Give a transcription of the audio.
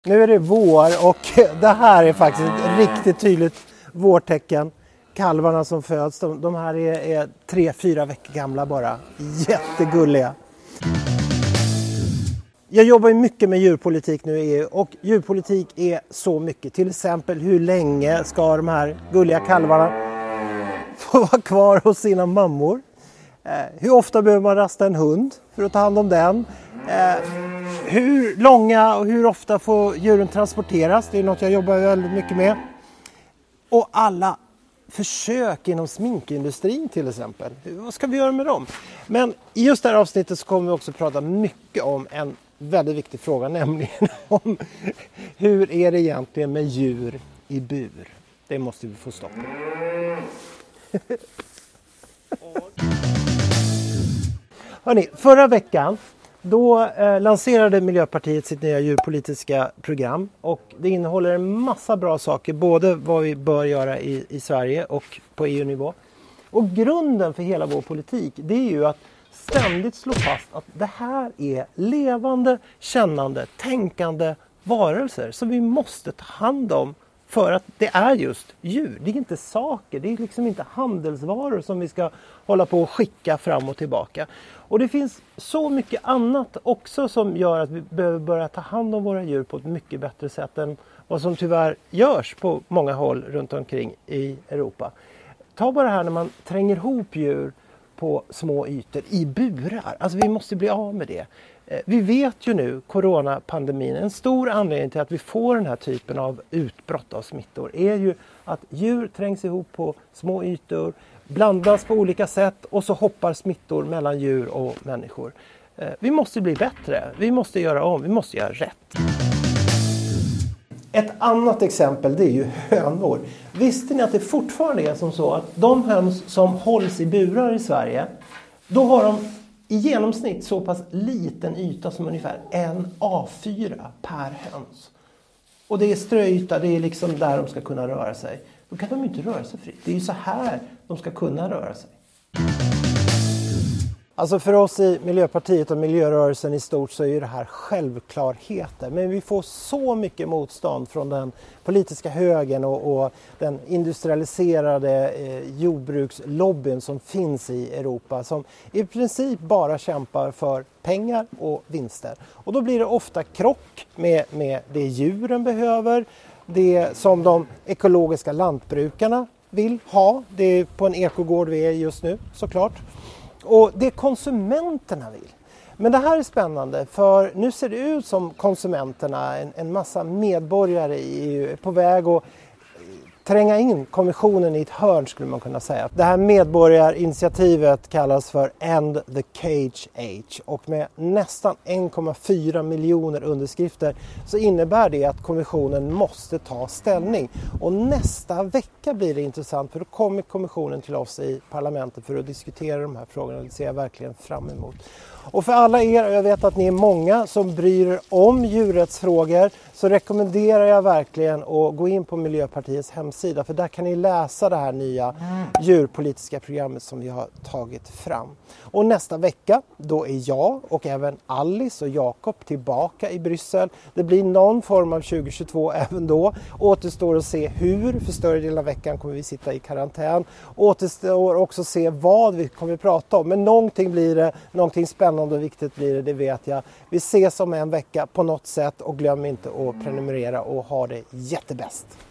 Nu är det vår och det här är faktiskt ett riktigt tydligt vårtecken. Kalvarna som föds, de här är 3-4 veckor gamla bara. Jättegulliga. Jag jobbar ju mycket med djurpolitik nu i EU och djurpolitik är så mycket. Till exempel hur länge ska de här gulliga kalvarna få vara kvar hos sina mammor? Hur ofta behöver man rasta en hund för att ta hand om den? Hur långa och hur ofta får djuren transporteras? Det är något jag jobbar väldigt mycket med. Och alla försök inom sminkindustrin till exempel. Vad ska vi göra med dem? Men i just det här avsnittet så kommer vi också prata mycket om en väldigt viktig fråga, nämligen om hur är det egentligen med djur i bur? Det måste vi få stopp på. Hörrni, förra veckan då lanserade Miljöpartiet sitt nya djurpolitiska program och det innehåller en massa bra saker, både vad vi bör göra i Sverige och på EU-nivå. Och grunden för hela vår politik, det är ju att ständigt slå fast att det här är levande, kännande, tänkande varelser som vi måste ta hand om för att det är just djur. Det är inte saker, det är liksom inte handelsvaror som vi ska hålla på och skicka fram och tillbaka. Och det finns så mycket annat också som gör att vi behöver börja ta hand om våra djur på ett mycket bättre sätt än vad som tyvärr görs på många håll runt omkring i Europa. Ta bara här när man tränger ihop djur på små ytor i burar. Alltså vi måste bli av med det. Vi vet ju nu, coronapandemin, en stor anledning till att vi får den här typen av utbrott av smittor är ju att djur trängs ihop på små ytor, blandas på olika sätt och så hoppar smittor mellan djur och människor. Vi måste bli bättre, vi måste göra om, vi måste göra rätt. Ett annat exempel det är ju hönor. Visste ni att det fortfarande är som så att de höns som hålls i burar i Sverige, då har de i genomsnitt så pass liten yta som ungefär en A4 per höns. Och det är ströyta, det är liksom där de ska kunna röra sig. Då kan de inte röra sig fritt. Det är ju så här de ska kunna röra sig. Alltså för oss i Miljöpartiet och miljörörelsen i stort så är ju det här självklarheter. Men vi får så mycket motstånd från den politiska högern och den industrialiserade jordbrukslobbyn som finns i Europa. Som i princip bara kämpar för pengar och vinster. Och då blir det ofta krock med det djuren behöver. Det som de ekologiska lantbrukarna vill ha. Det är på en ekogård vi är just nu såklart. Och det konsumenterna vill. Men det här är spännande för nu ser det ut som konsumenterna, en massa medborgare i EU är på väg att tränga in kommissionen i ett hörn skulle man kunna säga. Det här medborgarinitiativet kallas för End the Cage Age och med nästan 1,4 miljoner underskrifter så innebär det att kommissionen måste ta ställning. Och nästa vecka blir det intressant för då kommer kommissionen till oss i parlamentet för att diskutera de här frågorna och det ser jag verkligen fram emot. Och för alla er, och jag vet att ni är många som bryr er om djurrättsfrågor, så rekommenderar jag verkligen att gå in på Miljöpartiets hemsida för där kan ni läsa det här nya djurpolitiska programmet som vi har tagit fram. Och nästa vecka, då är jag och även Alice och Jakob tillbaka i Bryssel. Det blir någon form av 2022 även då. Återstår att se hur, för större delen av veckan kommer vi sitta i karantän. Återstår också att se vad vi kommer att prata om. Men någonting blir det, någonting spännande och viktigt blir det, det vet jag. Vi ses om en vecka på något sätt och glöm inte att prenumerera och ha det jättebäst.